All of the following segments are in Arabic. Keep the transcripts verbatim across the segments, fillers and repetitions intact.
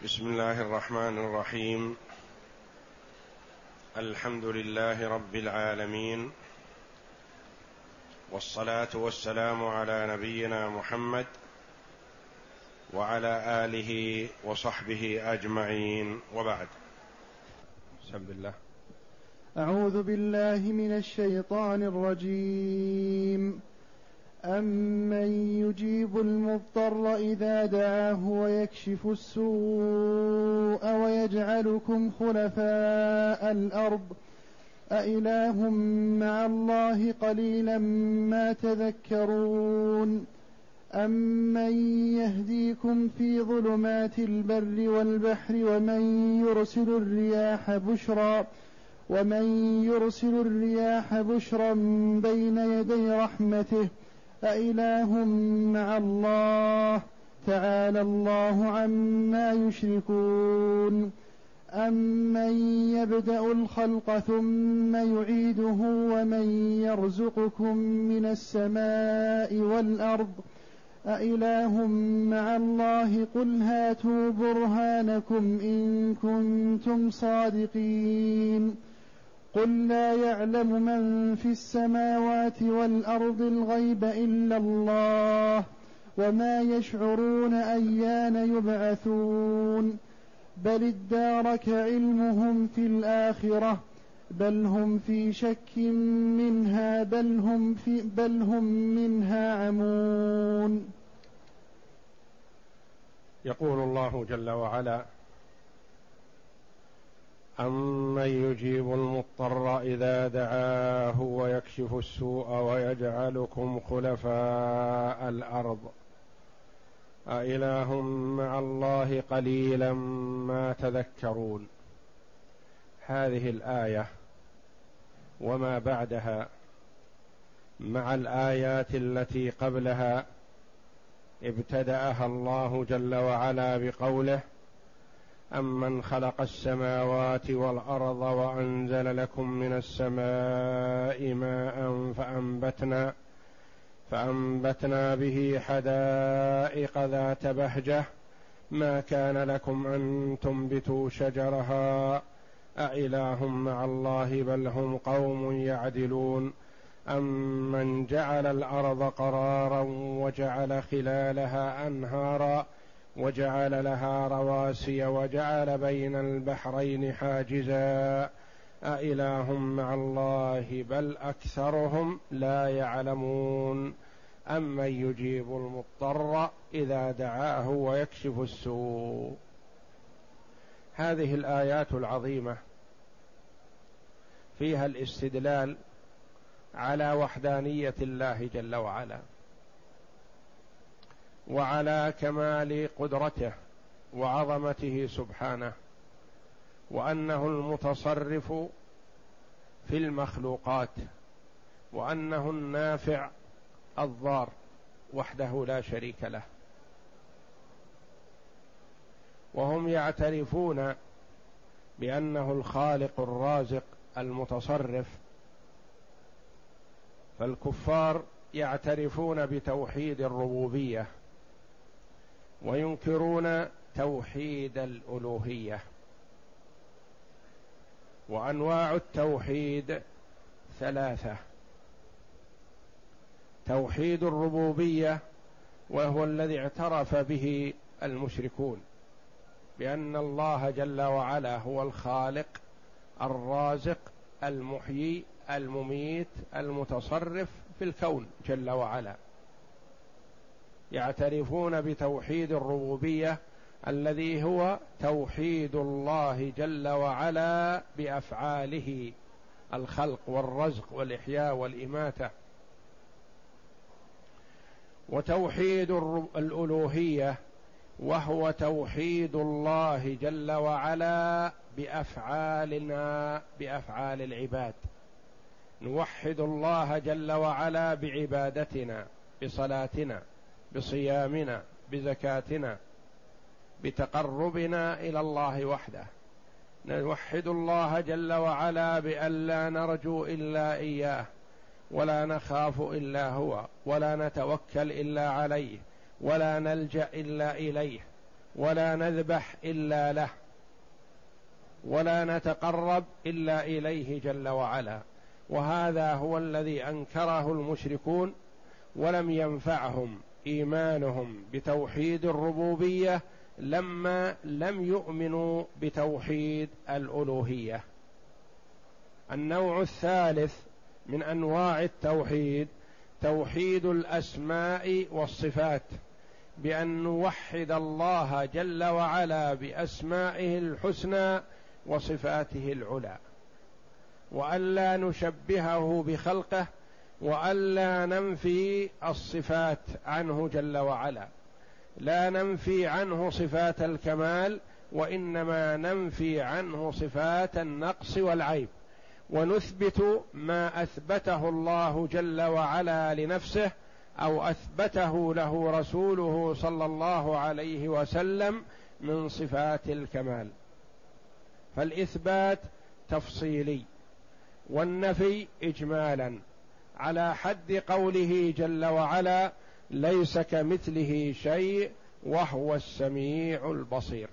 بسم الله الرحمن الرحيم. الحمد لله رب العالمين، والصلاة والسلام على نبينا محمد وعلى آله وصحبه أجمعين، وبعد. بسم الله. أعوذ بالله من الشيطان الرجيم. أمن يجيب المضطر إذا دعاه ويكشف السوء ويجعلكم خلفاء الأرض أإله مع الله قليلا ما تذكرون. أمن يهديكم في ظلمات البر والبحر ومن يرسل الرياح بشرا ومن يرسل الرياح بشرا بين يدي رحمته أإله مع الله تعالى الله عما يشركون. أمن يبدأ الخلق ثم يعيده ومن يرزقكم من السماء والأرض أإله مع الله قل هاتوا برهانكم إن كنتم صادقين. قل لا يعلم من في السماوات والأرض الغيب إلا الله وما يشعرون أيان يبعثون. بل ادارك علمهم في الآخرة بل هم في شك منها بل هم, في بل هم منها عمون. يقول الله جل وعلا: أمن يجيب المضطر إذا دعاه ويكشف السوء ويجعلكم خلفاء الأرض أإله مع الله قليلا ما تذكرون. هذه الآية وما بعدها مع الآيات التي قبلها ابتدأها الله جل وعلا بقوله: أمن خلق السماوات والأرض وأنزل لكم من السماء ماء فأنبتنا فأنبتنا به حدائق ذات بهجة ما كان لكم أن تنبتوا شجرها أإله مع الله بل هم قوم يعدلون. أمن جعل الأرض قرارا وجعل خلالها أنهارا وجعل لها رواسي وجعل بين البحرين حاجزا أإله مع الله بل أكثرهم لا يعلمون. أمن يجيب المضطر إذا دعاه ويكشف السوء. هذه الآيات العظيمة فيها الاستدلال على وحدانية الله جل وعلا وعلى كمال قدرته وعظمته سبحانه، وأنه المتصرف في المخلوقات، وأنه النافع الضار وحده لا شريك له. وهم يعترفون بأنه الخالق الرازق المتصرف، فالكفار يعترفون بتوحيد الربوبية وينكرون توحيد الألوهية. وأنواع التوحيد ثلاثة: توحيد الربوبية وهو الذي اعترف به المشركون بأن الله جل وعلا هو الخالق الرازق المحيي المميت المتصرف في الكون جل وعلا. يعترفون بتوحيد الربوبية الذي هو توحيد الله جل وعلا بأفعاله الخلق والرزق والإحياء والإماتة. وتوحيد الألوهية وهو توحيد الله جل وعلا بأفعالنا بأفعال العباد. نوحد الله جل وعلا بعبادتنا، بصلاتنا، بصيامنا، بزكاتنا، بتقربنا إلى الله وحده. نوحد الله جل وعلا بأن لا نرجو إلا إياه ولا نخاف إلا هو ولا نتوكل إلا عليه ولا نلجأ إلا إليه، ولا نذبح إلا له، ولا نتقرب إلا إليه جل وعلا. وهذا هو الذي أنكره المشركون، ولم ينفعهم إيمانهم بتوحيد الربوبية لما لم يؤمنوا بتوحيد الألوهية. النوع الثالث من أنواع التوحيد توحيد الأسماء والصفات، بأن نوحد الله جل وعلا بأسمائه الحسنى وصفاته العلى، وألا نشبهه بخلقه، وألا ننفي الصفات عنه جل وعلا. لا ننفي عنه صفات الكمال، وإنما ننفي عنه صفات النقص والعيب، ونثبت ما أثبته الله جل وعلا لنفسه أو أثبته له رسوله صلى الله عليه وسلم من صفات الكمال. فالإثبات تفصيلي، والنفي إجمالا، على حد قوله جل وعلا: ليس كمثله شيء وهو السميع البصير.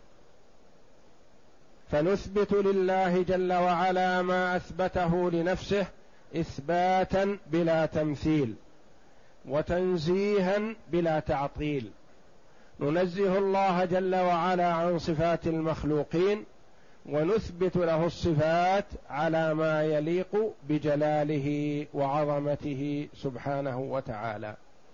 فنثبت لله جل وعلا ما أثبته لنفسه إثباتا بلا تمثيل، وتنزيها بلا تعطيل. ننزه الله جل وعلا عن صفات المخلوقين، ونثبت له الصفات على ما يليق بجلاله وعظمته سبحانه وتعالى.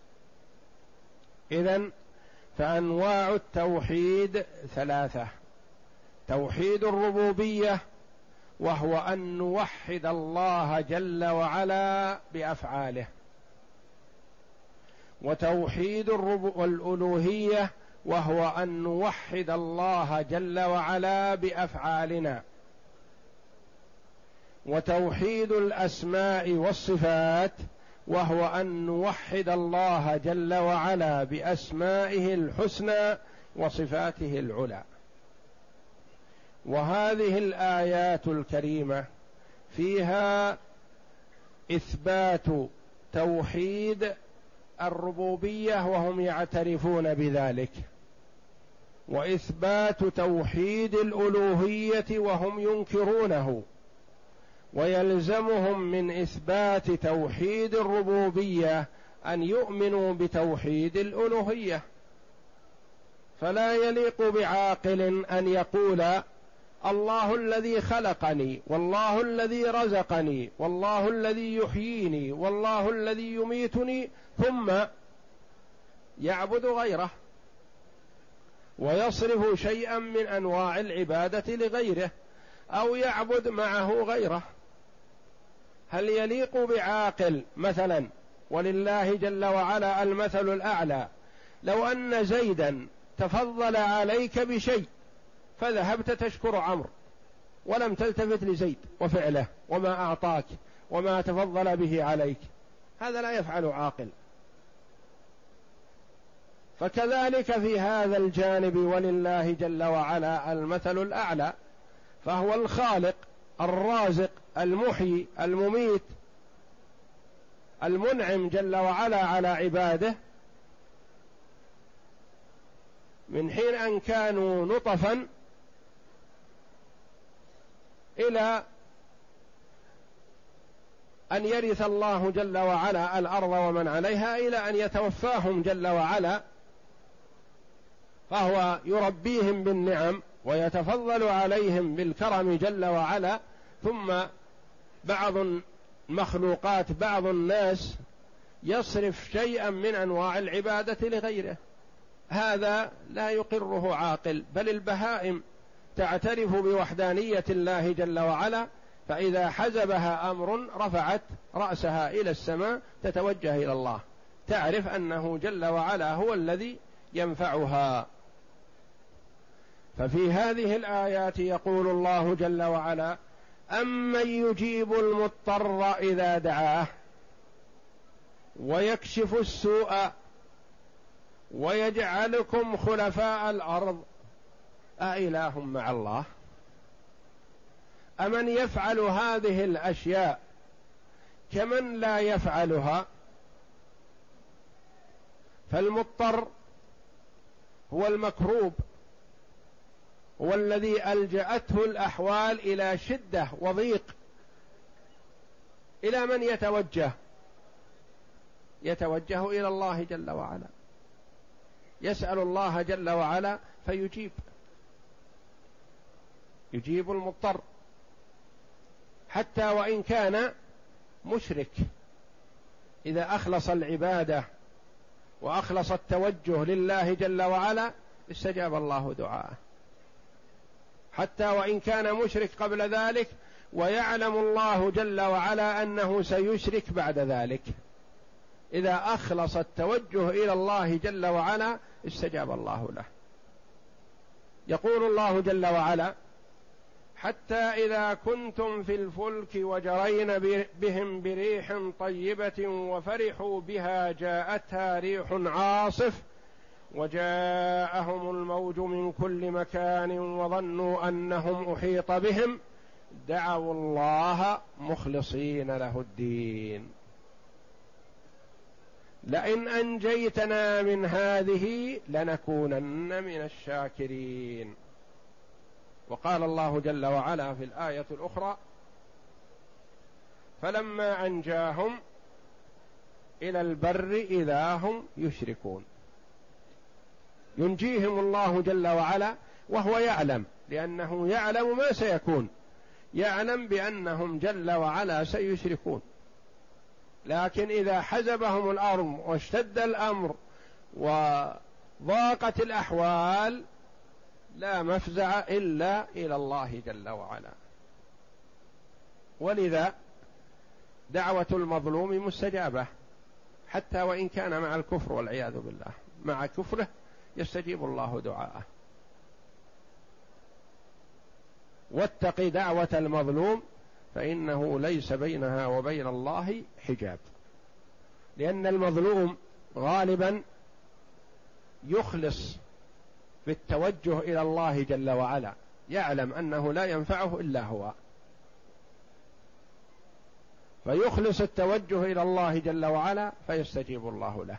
إذن فأنواع التوحيد ثلاثة: توحيد الربوبية، وهو أن نوحد الله جل وعلا بأفعاله، وتوحيد الألوهية، وهو أن نوحد الله جل وعلا بأفعالنا، وتوحيد الأسماء والصفات، وهو أن نوحد الله جل وعلا بأسمائه الحسنى وصفاته العلى. وهذه الآيات الكريمة فيها إثبات توحيد الربوبية وهم يعترفون بذلك، وإثبات توحيد الألوهية وهم ينكرونه، ويلزمهم من إثبات توحيد الربوبية أن يؤمنوا بتوحيد الألوهية. فلا يليق بعاقل أن يقول: الله الذي خلقني، والله الذي رزقني، والله الذي يحييني، والله الذي يميتني، ثم يعبد غيره ويصرف شيئا من أنواع العبادة لغيره، أو يعبد معه غيره. هل يليق بعاقل مثلا؟ ولله جل وعلا المثل الأعلى: لو أن زيدا تفضل عليك بشيء فذهبت تشكر عمرو ولم تلتفت لزيد وفعله وما أعطاك وما تفضل به عليك، هذا لا يفعل عاقل. فكذلك في هذا الجانب ولله جل وعلا المثل الأعلى، فهو الخالق الرازق المحيي المميت المنعم جل وعلا على عباده، من حين أن كانوا نطفا إلى أن يرث الله جل وعلا الأرض ومن عليها، إلى أن يتوفاهم جل وعلا، فهو يربيهم بالنعم ويتفضل عليهم بالكرم جل وعلا. ثم بعض المخلوقات بعض الناس يصرف شيئا من أنواع العبادة لغيره، هذا لا يقره عاقل، بل البهائم تعترف بوحدانية الله جل وعلا، فإذا حزبها أمر رفعت رأسها إلى السماء تتوجه إلى الله، تعرف أنه جل وعلا هو الذي ينفعها. ففي هذه الآيات يقول الله جل وعلا: أمن يجيب المضطر إذا دعاه ويكشف السوء ويجعلكم خلفاء الأرض أإله مع الله. أمن يفعل هذه الأشياء كمن لا يفعلها؟ فالمضطر هو المكروب هو الذي ألجأته الأحوال إلى شدة وضيق. إلى من يتوجه؟ يتوجه إلى الله جل وعلا، يسأل الله جل وعلا فيجيب، يجيب المضطر حتى وإن كان مشرك. إذا أخلص العبادة وأخلص التوجه لله جل وعلا استجاب الله دعاءه، حتى وإن كان مشرك قبل ذلك ويعلم الله جل وعلا أنه سيشرك بعد ذلك، إذا أخلص التوجه إلى الله جل وعلا استجاب الله له. يقول الله جل وعلا: حتى إذا كنتم في الفلك وجرين بهم بريح طيبة وفرحوا بها جاءتها ريح عاصف وجاءهم الموج من كل مكان وظنوا أنهم أحيط بهم دعوا الله مخلصين له الدين لئن أنجيتنا من هذه لنكونن من الشاكرين. وقال الله جل وعلا في الآية الأخرى: فلما أنجاهم إلى البر إذا هم يشركون. ينجيهم الله جل وعلا وهو يعلم، لأنه يعلم ما سيكون، يعلم بأنهم جل وعلا سيشركون، لكن إذا حزبهم الأمر واشتد الأمر وضاقت الأحوال لا مفزع إلا إلى الله جل وعلا. ولذا دعوة المظلوم مستجابة حتى وإن كان مع الكفر والعياذ بالله، مع كفره يستجيب الله دعاءه. واتق دعوة المظلوم فإنه ليس بينها وبين الله حجاب، لأن المظلوم غالبا يخلص في التوجه إلى الله جل وعلا، يعلم أنه لا ينفعه إلا هو، فيخلص التوجه إلى الله جل وعلا فيستجيب الله له.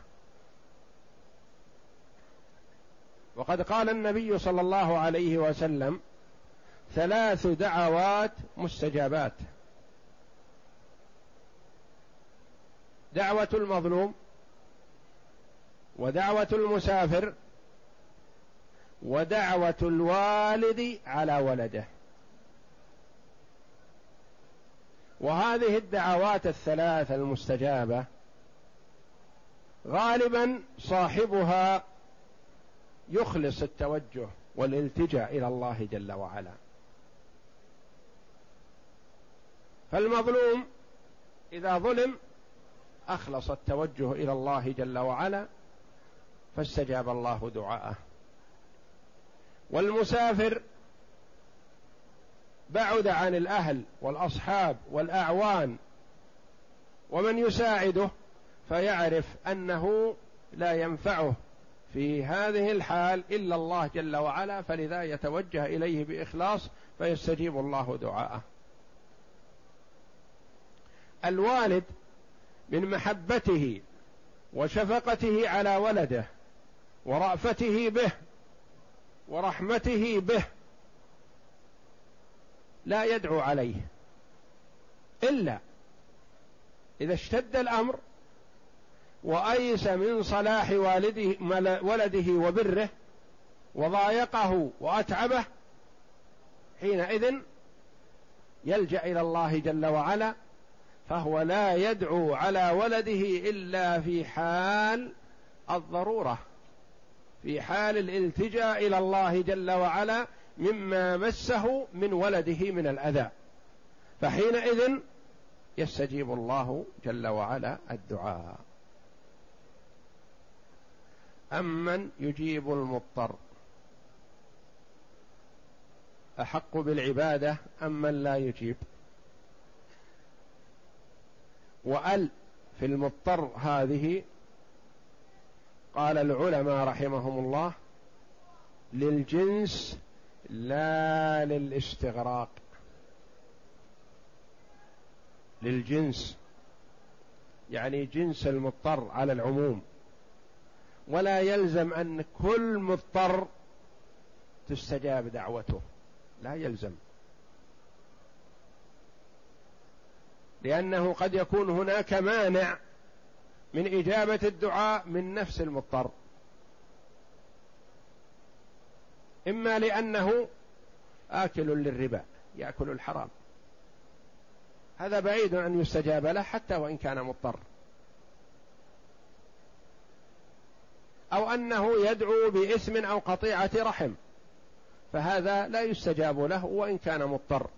وقد قال النبي صلى الله عليه وسلم: ثلاث دعوات مستجابات: دعوة المظلوم، ودعوة المسافر، ودعوة الوالد على ولده. وهذه الدعوات الثلاث المستجابة غالبا صاحبها يخلص التوجه والالتجاء إلى الله جل وعلا. فالمظلوم إذا ظلم أخلص التوجه إلى الله جل وعلا فاستجاب الله دعاءه. والمسافر بعد عن الأهل والأصحاب والأعوان ومن يساعده، فيعرف أنه لا ينفعه في هذه الحال إلا الله جل وعلا، فلذا يتوجه إليه بإخلاص فيستجيب الله دعاءه. الوالد من محبته وشفقته على ولده ورأفته به ورحمته به لا يدعو عليه إلا إذا اشتد الأمر وأيس من صلاح والده ولده وبره وضايقه وأتعبه، حينئذ يلجأ إلى الله جل وعلا، فهو لا يدعو على ولده إلا في حال الضرورة، في حال الالتجاء إلى الله جل وعلا مما مسه من ولده من الأذى، فحينئذ يستجيب الله جل وعلا الدعاء. أمن يجيب المضطر أحق بالعبادة أم من لا يجيب؟ وأل في المضطر هذه قال العلماء رحمهم الله للجنس لا للاستغراق، للجنس يعني جنس المضطر على العموم، ولا يلزم أن كل مضطر تستجاب دعوته، لا يلزم، لأنه قد يكون هناك مانع من إجابة الدعاء من نفس المضطر، إما لأنه آكل للربا يأكل الحرام، هذا بعيد أن يستجاب له حتى وإن كان مضطر، أو أنه يدعو بإثم أو قطيعة رحم، فهذا لا يستجاب له وإن كان مضطر.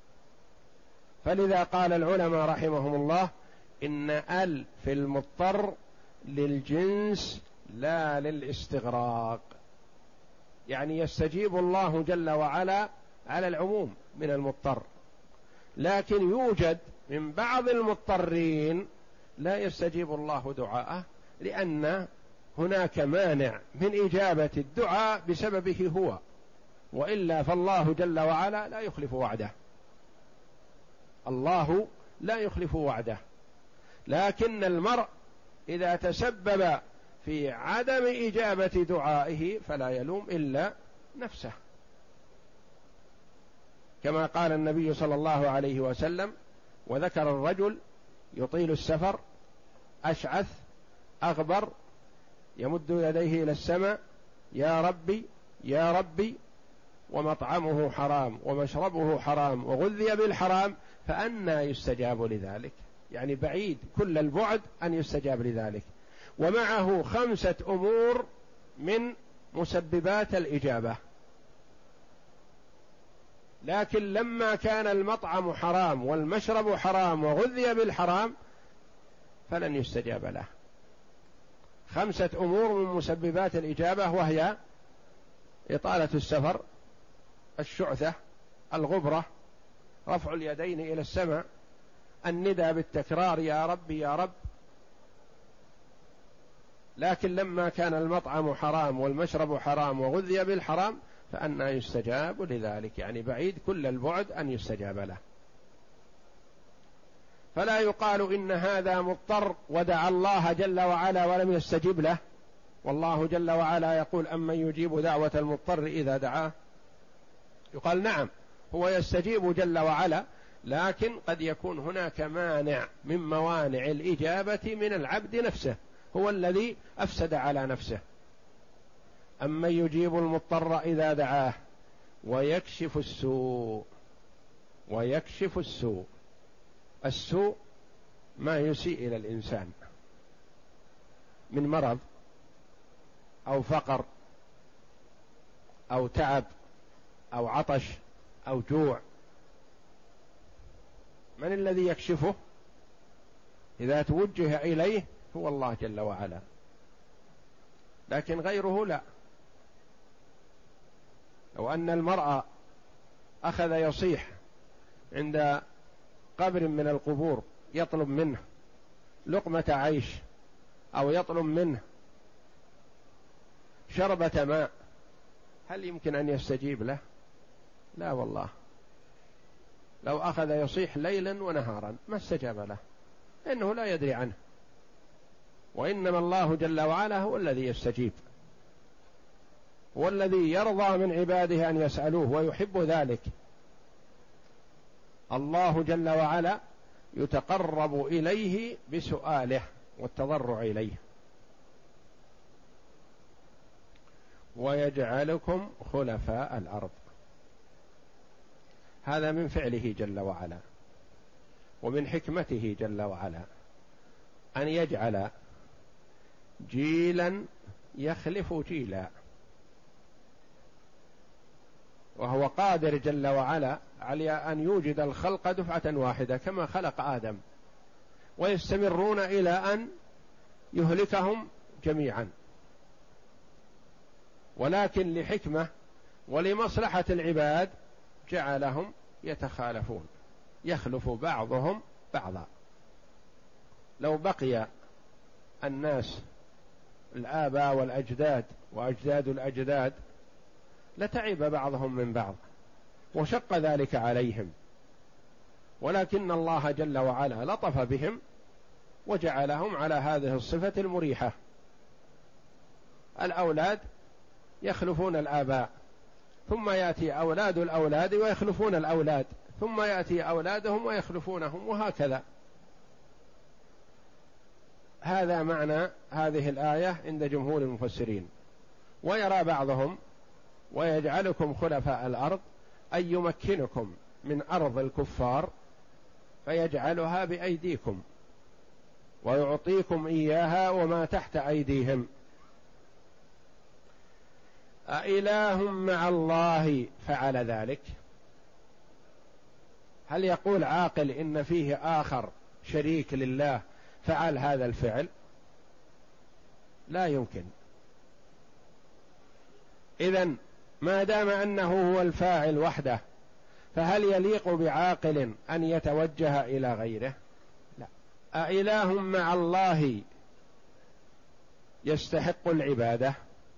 فلذا قال العلماء رحمهم الله إن ال في المضطر للجنس لا للاستغراق، يعني يستجيب الله جل وعلا على العموم من المضطر، لكن يوجد من بعض المضطرين لا يستجيب الله دعاءه لأن هناك مانع من إجابة الدعاء بسببه هو، وإلا فالله جل وعلا لا يخلف وعده، الله لا يخلف وعده، لكن المرء إذا تسبب في عدم إجابة دعائه فلا يلوم إلا نفسه، كما قال النبي صلى الله عليه وسلم وذكر الرجل يطيل السفر أشعث أغبر يمد يديه إلى السماء يا ربي يا ربي ومطعمه حرام ومشربه حرام وغذي بالحرام فأنى يستجاب لذلك، يعني بعيد كل البعد أن يستجاب لذلك، ومعه خمسة أمور من مسببات الإجابة، لكن لما كان المطعم حرام والمشرب حرام وغذي بالحرام فلن يستجاب له. خمسة أمور من مسببات الإجابة، وهي إطالة السفر، الشعثة، الغبرة، رفع اليدين إلى السماء، الندى بالتكرار يا رب يا رب. لكن لما كان المطعم حرام والمشرب حرام وغذي بالحرام فأنى يستجاب لذلك، يعني بعيد كل البعد أن يستجاب له. فلا يقال إن هذا مضطر ودعا الله جل وعلا ولم يستجب له، والله جل وعلا يقول أمن يجيب دعوة المضطر إذا دعاه، يقال نعم هو يستجيب جل وعلا، لكن قد يكون هناك مانع من موانع الإجابة من العبد نفسه، هو الذي أفسد على نفسه. أمن يجيب المضطر إذا دعاه ويكشف السوء، ويكشف السوء، السوء ما يسيء إلى الإنسان من مرض أو فقر أو تعب أو عطش أو جوع، من الذي يكشفه؟ إذا توجه إليه هو الله جل وعلا، لكن غيره لا. لو أن المرأة أخذ يصيح عند قبر من القبور يطلب منه لقمة عيش أو يطلب منه شربة ماء، هل يمكن أن يستجيب له؟ لا والله. لو أخذ يصيح ليلا ونهارا ما استجاب له، إنه لا يدري عنه، وإنما الله جل وعلا هو الذي يستجيب، هو الذي يرضى من عباده أن يسألوه ويحب ذلك. الله جل وعلا يتقرب إليه بسؤاله والتضرع إليه. ويجعلكم خلفاء الأرض، هذا من فعله جل وعلا ومن حكمته جل وعلا أن يجعل جيلا يخلف جيلا، وهو قادر جل وعلا على أن يوجد الخلق دفعة واحدة كما خلق آدم، ويستمرون إلى أن يهلكهم جميعا، ولكن لحكمة ولمصلحة العباد جعلهم يتخالفون، يخلف بعضهم بعضا. لو بقي الناس الآباء والأجداد وأجداد الأجداد لتعب بعضهم من بعض وشق ذلك عليهم، ولكن الله جل وعلا لطف بهم وجعلهم على هذه الصفة المريحة. الأولاد يخلفون الآباء ثم يأتي أولاد الأولاد ويخلفون الأولاد، ثم يأتي أولادهم ويخلفونهم، وهكذا. هذا معنى هذه الآية عند جمهور المفسرين. ويرى بعضهم ويجعلكم خلفاء الأرض أن يمكنكم من أرض الكفار فيجعلها بأيديكم ويعطيكم إياها وما تحت أيديهم. أإله مع الله فعل ذلك؟ هل يقول عاقل إن فيه آخر شريك لله فعل هذا الفعل؟ لا يمكن. إذن ما دام أنه هو الفاعل وحده، فهل يليق بعاقل أن يتوجه إلى غيره؟ لا. أإله مع الله يستحق العبادة؟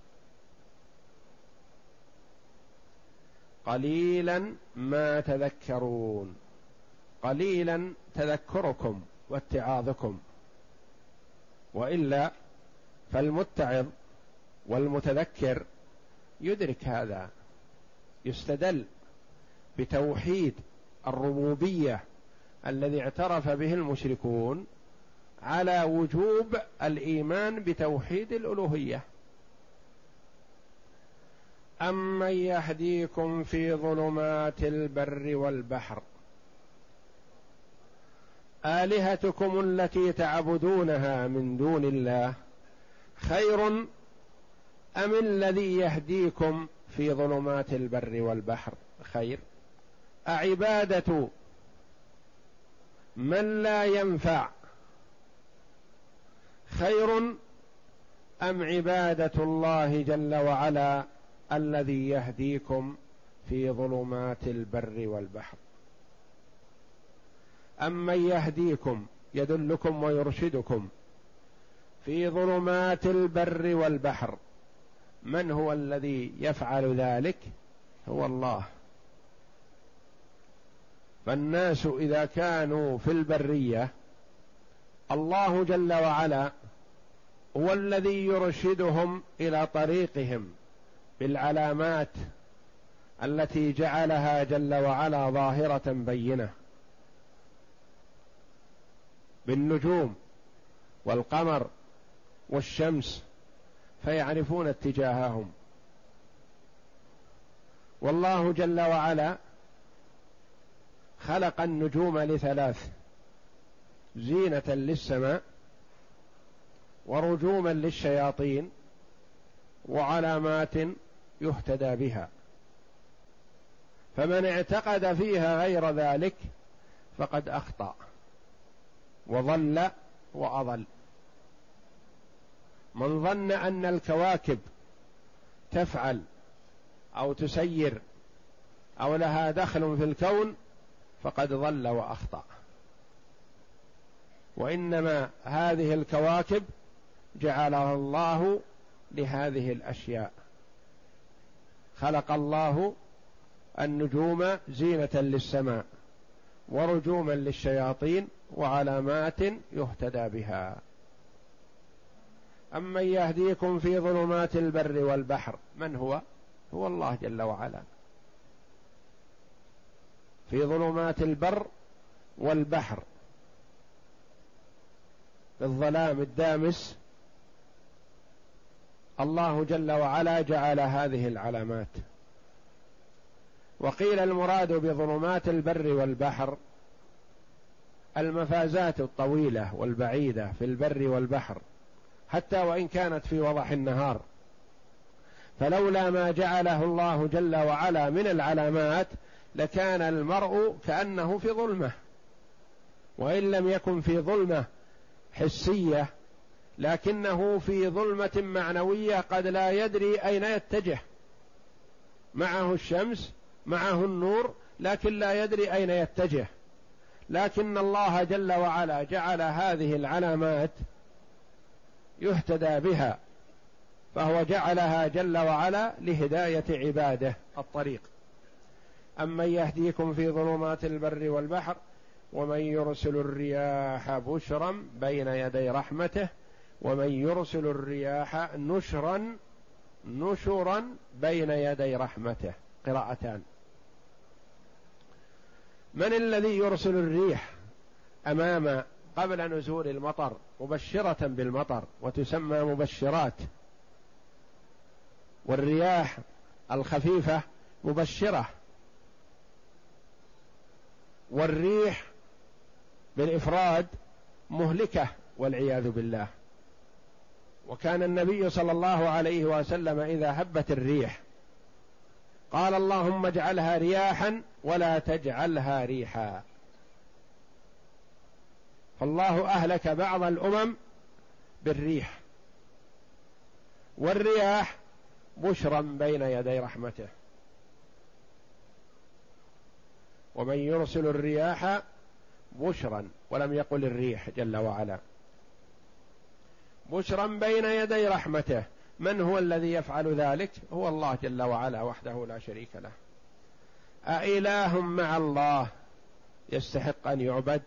قليلا ما تذكرون. قليلا تذكركم واتعاظكم، وإلا فالمتعظ والمتذكر يدرك هذا، يستدل بتوحيد الربوبية الذي اعترف به المشركون على وجوب الإيمان بتوحيد الألوهية. أمن يهديكم في ظلمات البر والبحر آلهتكم التي تعبدونها من دون الله خير أم الذي يهديكم في ظلمات البر والبحر خير؟ أعبادة من لا ينفع خير أم عبادة الله جل وعلا الذي يهديكم في ظلمات البر والبحر؟ أمن يهديكم يدلكم ويرشدكم في ظلمات البر والبحر، من هو الذي يفعل ذلك؟ هو الله. فالناس إذا كانوا في البرية الله جل وعلا هو الذي يرشدهم إلى طريقهم بالعلامات التي جعلها جل وعلا ظاهرة بينة، بالنجوم والقمر والشمس، فيعرفون اتجاههم. والله جل وعلا خلق النجوم لثلاث: زينة للسماء، ورجوما للشياطين، وعلامات يهتدى بها. فمن اعتقد فيها غير ذلك فقد أخطأ وضل وأضل. من ظن أن الكواكب تفعل أو تسير أو لها دخل في الكون فقد ضل وأخطأ، وإنما هذه الكواكب جعلها الله لهذه الأشياء. خلق الله النجوم زينة للسماء ورجوما للشياطين وعلامات يهتدى بها. أمن يهديكم في ظلمات البر والبحر، من هو؟ هو الله جل وعلا. في ظلمات البر والبحر، بالظلام الدامس، الله جل وعلا جعل هذه العلامات. وقيل المراد بظلمات البر والبحر المفازات الطويلة والبعيدة في البر والبحر، حتى وإن كانت في وضح النهار، فلولا ما جعله الله جل وعلا من العلامات لكان المرء كأنه في ظلمة، وإن لم يكن في ظلمة حسية لكنه في ظلمة معنوية، قد لا يدري أين يتجه. معه الشمس، معه النور، لكن لا يدري أين يتجه. لكن الله جل وعلا جعل هذه العلامات يهتدى بها، فهو جعلها جل وعلا لهداية عباده الطريق. أمن يهديكم في ظلمات البر والبحر ومن يرسل الرياح بشرا بين يدي رحمته ومن يرسل الرياح نشرا نشرا بين يدي رحمته. قراءتان. من الذي يرسل الريح أمام قبل نزول المطر مبشرة بالمطر وتسمى مبشرات، والرياح الخفيفة مبشرة، والريح بالإفراد مهلكة والعياذ بالله. وكان النبي صلى الله عليه وسلم إذا هبت الريح قال اللهم اجعلها رياحا ولا تجعلها ريحا. فالله أهلك بعض الأمم بالريح، والرياح بشرا بين يدي رحمته. ومن يرسل الرياح بشرا، ولم يقل الريح جل وعلا، بشرا بين يدي رحمته. من هو الذي يفعل ذلك؟ هو الله جل وعلا وحده لا شريك له. أإله مع الله يستحق أن يعبد؟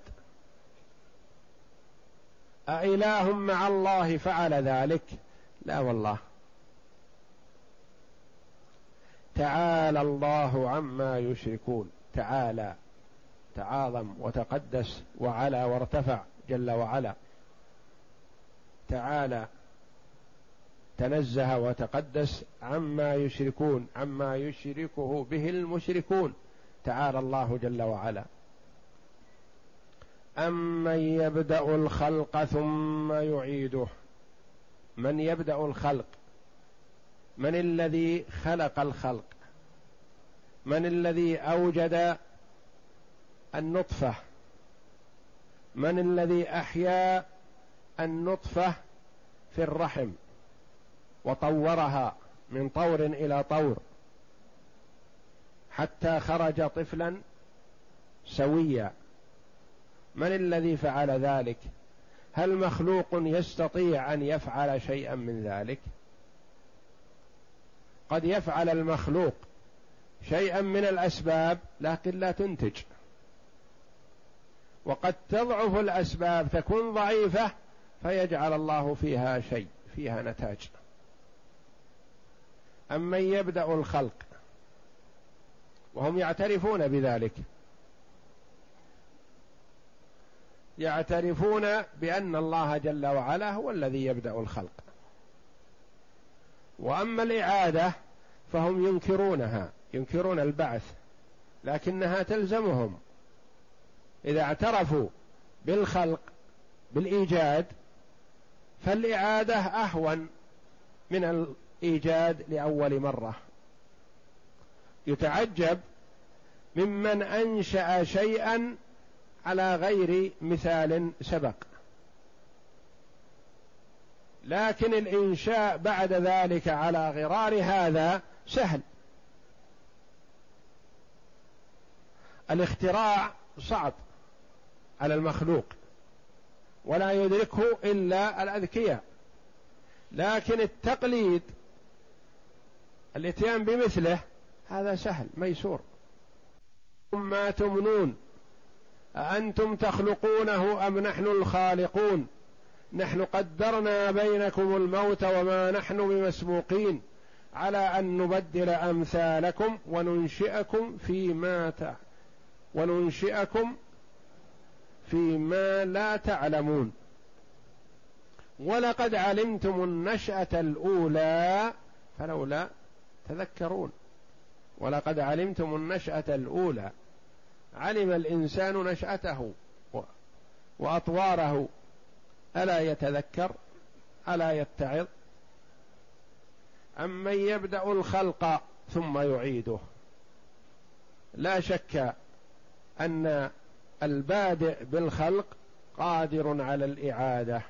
أإله مع الله فعل ذلك؟ لا والله. تعالى الله عما يشركون، تعالى تعاظم وتقدس وعلى وارتفع جل وعلا، تعالى تنزه وتقدس عما يشركون، عما يشركه به المشركون، تعالى الله جل وعلا. أمن يبدأ الخلق ثم يعيده. من يبدأ الخلق؟ من الذي خلق الخلق؟ من الذي أوجد النطفة؟ من الذي أحيا النطفة في الرحم وطورها من طور إلى طور حتى خرج طفلا سويا؟ من الذي فعل ذلك؟ هل مخلوق يستطيع أن يفعل شيئا من ذلك؟ قد يفعل المخلوق شيئا من الأسباب لكن لا تنتج، وقد تضعف الأسباب تكون ضعيفة فيجعل الله فيها شيء، فيها نتاج. أمن يبدأ الخلق، وهم يعترفون بذلك، يعترفون بأن الله جل وعلا هو الذي يبدأ الخلق. وأما الإعادة فهم ينكرونها، ينكرون البعث، لكنها تلزمهم. إذا اعترفوا بالخلق بالإيجاد فالإعادة أهون من الإيجاد لأول مرة. يتعجب ممن أنشأ شيئا على غير مثال سبق، لكن الإنشاء بعد ذلك على غرار هذا سهل. الاختراع صعب على المخلوق ولا يدركه إلا الأذكياء، لكن التقليد الاتيان بمثله هذا سهل ميسور. ما تمنون أأنتم تخلقونه أم نحن الخالقون نحن قدرنا بينكم الموت وما نحن بمسبوقين على أن نبدل أمثالكم وننشئكم فيما ت... وننشئكم فيما لا تعلمون ولقد علمتم النشأة الأولى فلولا تذكرون. ولقد علمتم النشأة الأولى، علم الإنسان نشأته وأطواره، ألا يتذكر؟ ألا يتعظ؟ أمن يبدأ الخلق ثم يعيده. لا شك أن البادئ بالخلق قادر على الإعادة،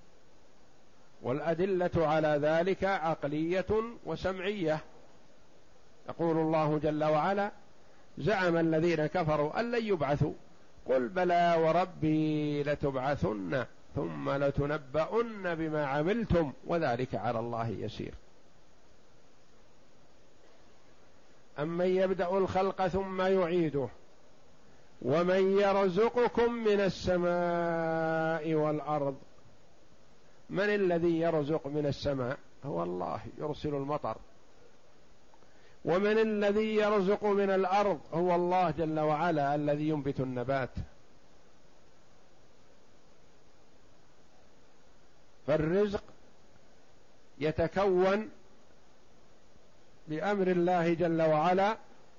والأدلة على ذلك عقلية وسمعية. يقول الله جل وعلا: زعم الذين كفروا أن لن يبعثوا قل بلى وربي لتبعثن ثم لتنبؤن بما عملتم وذلك على الله يسير. أمن يبدأ الخلق ثم يعيده ومن يرزقكم من السماء والأرض. من الذي يرزق من السماء؟ هو الله، يرسل المطر ومن الذي يرزق من الأرض؟ هو الله جل وعلا الذي ينبت النبات. فالرزق يتكون بأمر الله جل وعلا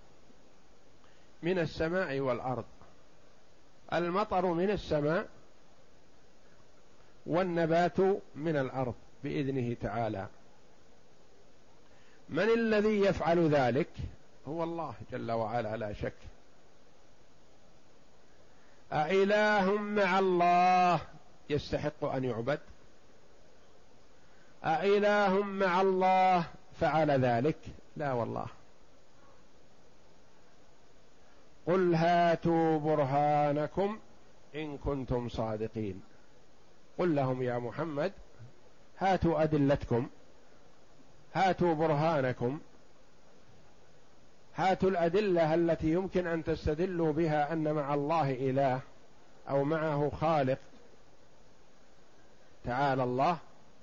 من السماء والأرض. المطر من السماء والنبات من الأرض بإذنه تعالى. من الذي يفعل ذلك؟ هو الله جل وعلا لا شك. أإله مع الله يستحق أن يعبد؟ أإله مع الله فعل ذلك؟ لا والله. قل هاتوا برهانكم إن كنتم صادقين. قل لهم يا محمد هاتوا أدلتكم، هاتوا برهانكم، هاتوا الأدلة التي يمكن أن تستدلوا بها أن مع الله إله أو معه خالق تعالى الله.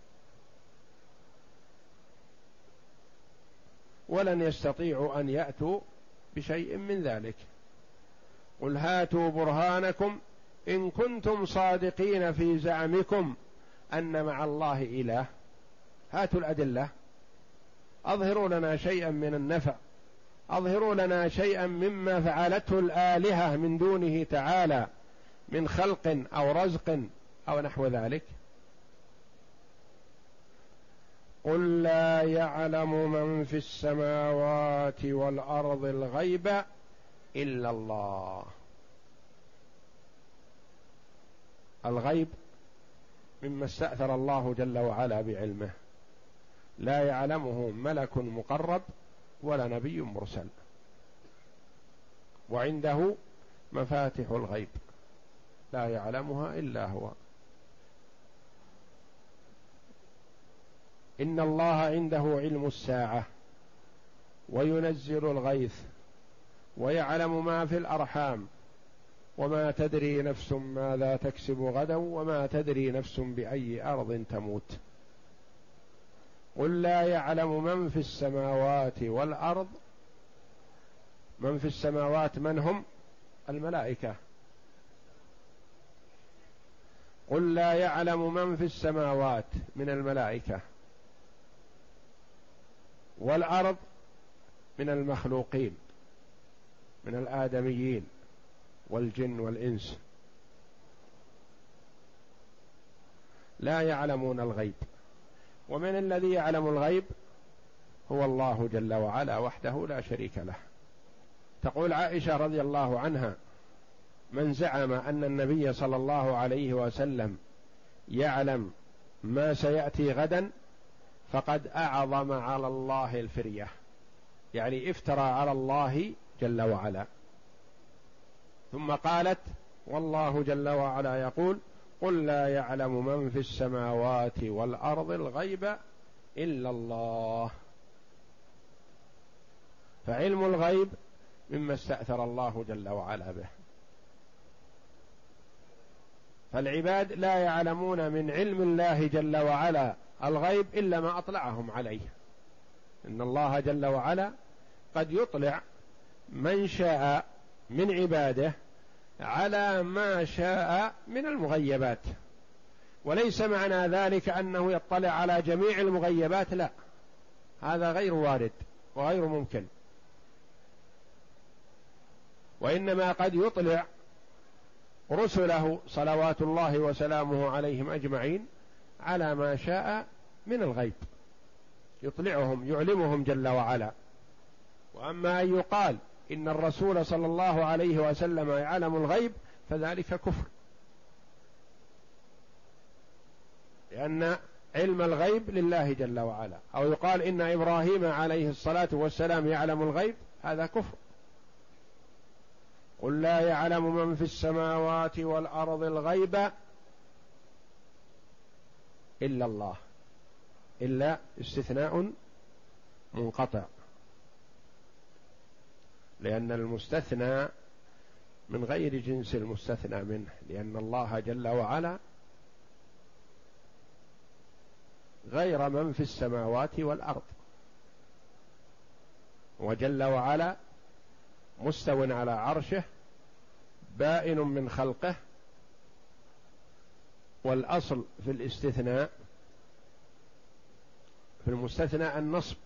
ولن يستطيعوا أن يأتوا بشيء من ذلك. قل هاتوا برهانكم إن كنتم صادقين في زعمكم أن مع الله إله. هاتوا الأدلة، أظهروا لنا شيئا من النفع، أظهروا لنا شيئا مما فعلته الآلهة من دونه تعالى من خلق أو رزق أو نحو ذلك. قل لا يعلم من في السماوات والأرض الغيب إلا الله. الغيب مما استأثر الله جل وعلا بعلمه، لا يعلمه ملك مقرب ولا نبي مرسل. وعنده مفاتح الغيب لا يعلمها إلا هو. إن الله عنده علم الساعة وينزل الغيث ويعلم ما في الأرحام وما تدري نفس ماذا تكسب غدا وما تدري نفس بأي أرض تموت. قل لا يعلم من في السماوات والأرض. من في السماوات من هم؟ الملائكة. قل لا يعلم من في السماوات من الملائكة، والأرض من المخلوقين من الآدميين والجن والإنس. لا يعلمون الغيب. ومن الذي يعلم الغيب؟ هو الله جل وعلا وحده لا شريك له. تقول عائشة رضي الله عنها: من زعم أن النبي صلى الله عليه وسلم يعلم ما سيأتي غدا فقد أعظم على الله الفرية، يعني افترى على الله جل وعلا. ثم قالت: والله جل وعلا يقول: قل لا يعلم من في السماوات والأرض الغيب إلا الله. فعلم الغيب مما استأثر الله جل وعلا به. فالعباد لا يعلمون من علم الله جل وعلا الغيب إلا ما أطلعهم عليه. إن الله جل وعلا قد يطلع من شاء من عباده على ما شاء من المغيبات، وليس معنى ذلك أنه يطلع على جميع المغيبات، لا، هذا غير وارد وغير ممكن. وإنما قد يطلع رسله صلوات الله وسلامه عليهم أجمعين على ما شاء من الغيب، يطلعهم يعلمهم جل وعلا. وأما أن يقال إن الرسول صلى الله عليه وسلم يعلم الغيب فذلك كفر، لأن علم الغيب لله جل وعلا. أو يقال إن إبراهيم عليه الصلاة والسلام يعلم الغيب، هذا كفر. قل لا يعلم من في السماوات والأرض الغيب إلا الله. إلا استثناء منقطع، لأن المستثنى من غير جنس المستثنى منه، لأن الله جل وعلا غير من في السماوات والأرض. وجل وعلا مستو على عرشه بائن من خلقه، والأصل في الاستثناء في المستثنى النصب،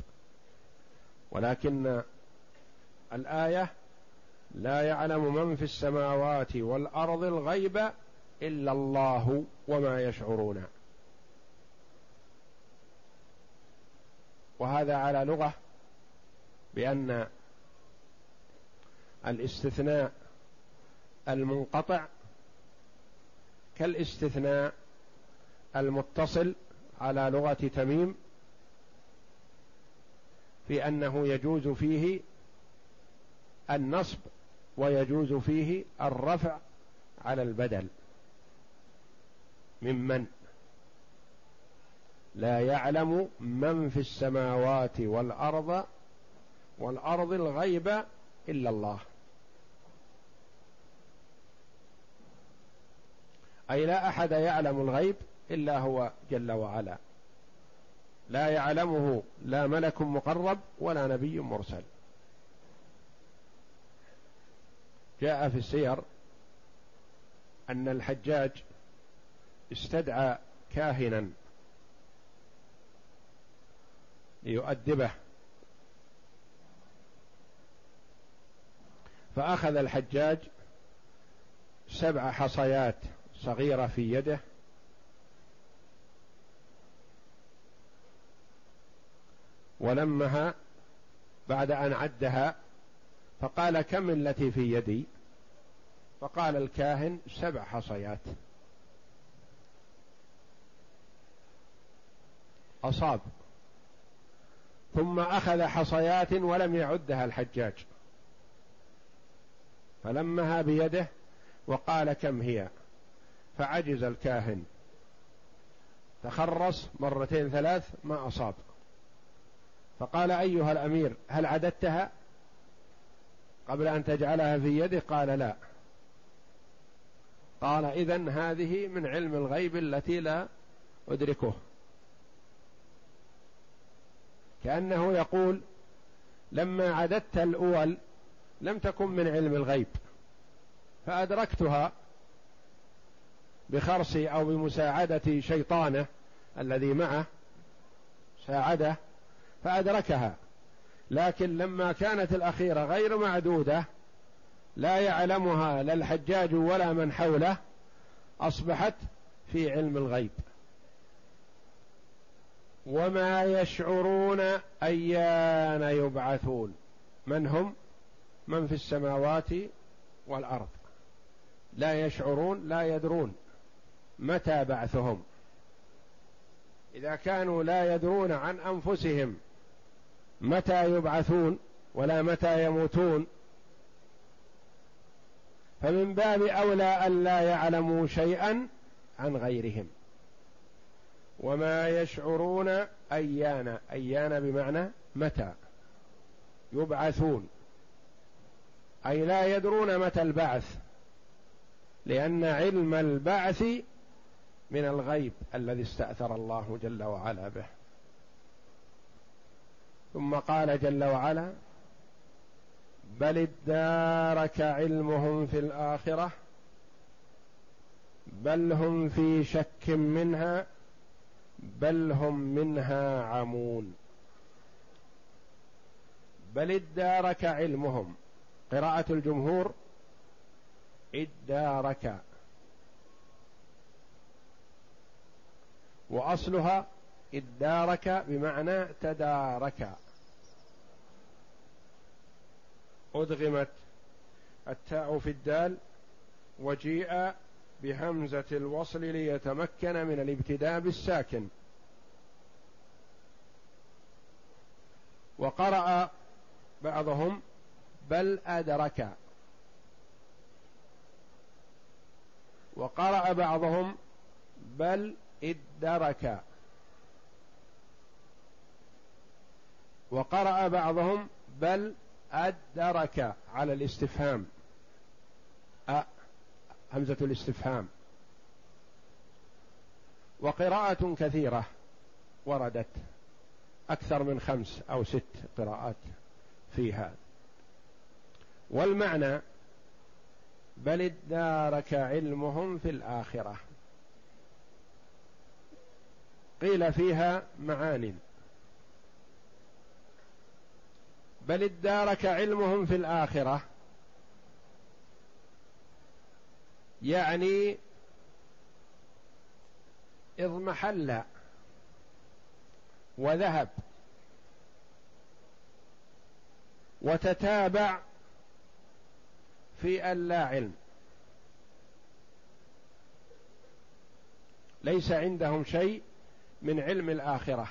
ولكن الآية لا يعلم من في السماوات والأرض الغيب إلا الله وما يشعرون. وهذا على لغة بأن الاستثناء المنقطع كالاستثناء المتصل على لغة تميم، في أنه يجوز فيه النصب ويجوز فيه الرفع على البدل. ممن لا يعلم من في السماوات والأرض والأرض الغيب إلا الله، أي لا أحد يعلم الغيب إلا هو جل وعلا، لا يعلمه لا ملك مقرب ولا نبي مرسل. جاء في السير أن الحجاج استدعى كاهنا ليؤدبه، فأخذ الحجاج سبع حصيات صغيرة في يده، ولمها بعد أن عدها فقال: كم التي في يدي؟ فقال الكاهن: سبع حصيات. أصاب. ثم أخذ حصيات ولم يعدها الحجاج، فلمها بيده وقال: كم هي؟ فعجز الكاهن، تخرص مرتين ثلاث ما أصاب، فقال: أيها الأمير هل عددتها قبل أن تجعلها في يده؟ قال: لا. قال: إذن هذه من علم الغيب التي لا أدركه. كأنه يقول: لما عددت الأول لم تكن من علم الغيب، فأدركتها بخرصي أو بمساعدة شيطانه الذي معه، ساعده فأدركها، لكن لما كانت الأخيرة غير معدودة لا يعلمها لا الحجاج ولا من حوله، أصبحت في علم الغيب. وما يشعرون أيان يبعثون. من هم؟ من في السماوات والأرض. لا يشعرون، لا يدرون متى بعثهم. إذا كانوا لا يدرون عن أنفسهم متى يبعثون ولا متى يموتون، فمن باب أولى أن لا يعلموا شيئا عن غيرهم. وما يشعرون أيان، أيان بمعنى متى يبعثون، أي لا يدرون متى البعث، لأن علم البعث من الغيب الذي استأثر الله جل وعلا به. ثم قال جل وعلا: بل ادارك علمهم في الآخرة بل هم في شك منها بل هم منها عمون. بل ادارك علمهم، قراءة الجمهور ادارك، وأصلها ادارك بمعنى تدارك، أدغمت التاء في الدال وجيء بهمزة الوصل ليتمكن من الابتداء بالساكن. وقرأ بعضهم بل أدرك، وقرأ بعضهم بل ادرك، وقرأ بعضهم بل أدرك على الاستفهام، أ همزة الاستفهام. وقراءة كثيرة وردت، أكثر من خمس أو ست قراءات فيها. والمعنى بل ادارك علمهم في الآخرة، قيل فيها معان. بل ادارك علمهم في الآخرة يعني اضمحل وذهب وتتابع في اللا علم، ليس عندهم شيء من علم الآخرة.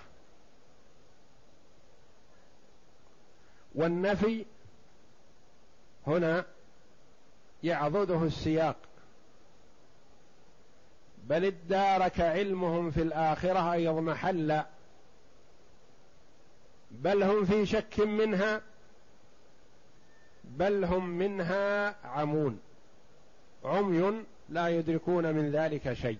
والنفي هنا يعضده السياق، بل ادارك علمهم في الآخرة أي اضمحل، بل هم في شك منها، بل هم منها عمون، عمي لا يدركون من ذلك شيء.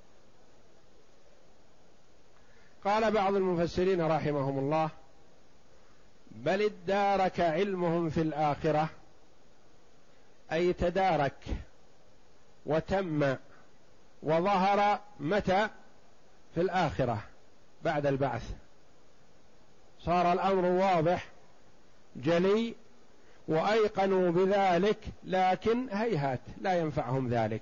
قال بعض المفسرين رحمهم الله بل ادارك علمهم في الآخرة أي تدارك وتم وظهر متى؟ في الآخرة بعد البعث، صار الأمر واضح جلي وأيقنوا بذلك، لكن هيهات لا ينفعهم ذلك.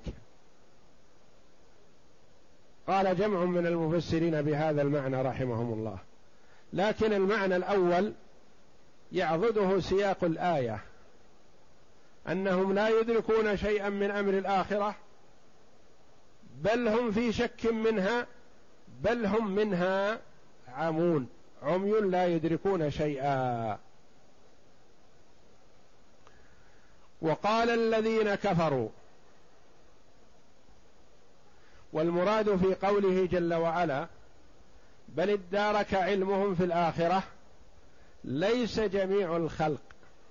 قال جمع من المفسرين بهذا المعنى رحمهم الله، لكن المعنى الأول يعضده سياق الآية، أنهم لا يدركون شيئا من أمر الآخرة، بل هم في شك منها، بل هم منها عمون، عمي لا يدركون شيئا. وقال الذين كفروا، والمراد في قوله جل وعلا بل ادارك علمهم في الآخرة ليس جميع الخلق،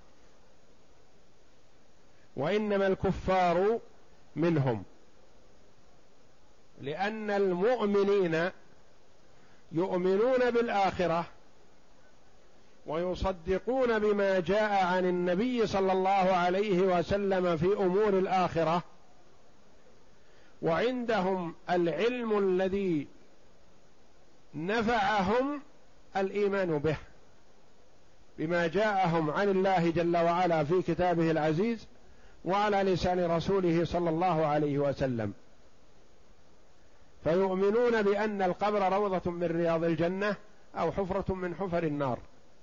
وإنما الكفار منهم، لأن المؤمنين يؤمنون بالآخرة ويصدقون بما جاء عن النبي صلى الله عليه وسلم في أمور الآخرة، وعندهم العلم الذي نفعهم الإيمان به بما جاءهم عن الله جل وعلا في كتابه العزيز وعلى لسان رسوله صلى الله عليه وسلم، فيؤمنون بأن القبر روضة من رياض الجنة أو حفرة من حفر النار،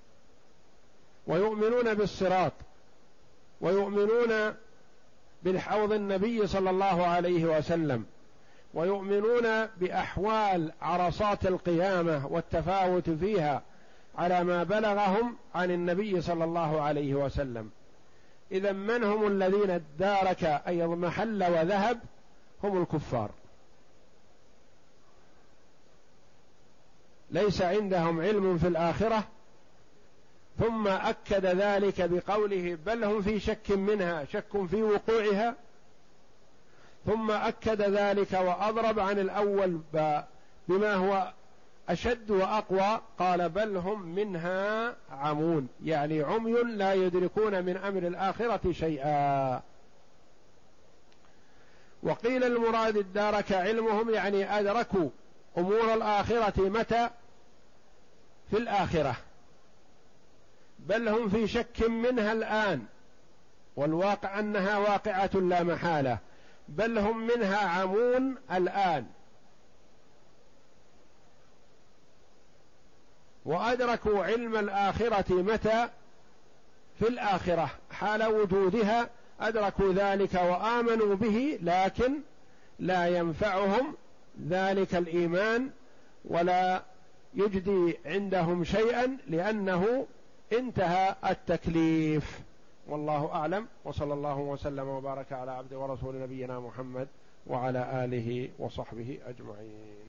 ويؤمنون بالصراط، ويؤمنون بالحوض النبي صلى الله عليه وسلم، ويؤمنون بأحوال عرصات القيامة والتفاوت فيها على ما بلغهم عن النبي صلى الله عليه وسلم. إذا من هم الذين ادارك أي اضمحل وذهب؟ هم الكفار، ليس عندهم علم في الآخرة. ثم أكد ذلك بقوله بل هم في شك منها، شك في وقوعها، ثم أكد ذلك وأضرب عن الأول بما هو أشد وأقوى، قال بل هم منها عمون، يعني عمي لا يدركون من أمر الآخرة شيئا. وقيل المراد ادارك علمهم يعني أدركوا أمور الآخرة متى؟ في الآخرة، بل هم في شك منها الآن، والواقع أنها واقعة لا محالة، بل هم منها عمون الآن. وأدركوا علم الآخرة متى؟ في الآخرة حال وجودها، أدركوا ذلك وآمنوا به، لكن لا ينفعهم ذلك الإيمان ولا يجدي عندهم شيئا، لأنه انتهى التكليف. والله أعلم، وصلى الله وسلم وبارك على عبد ورسول نبينا محمد وعلى آله وصحبه أجمعين.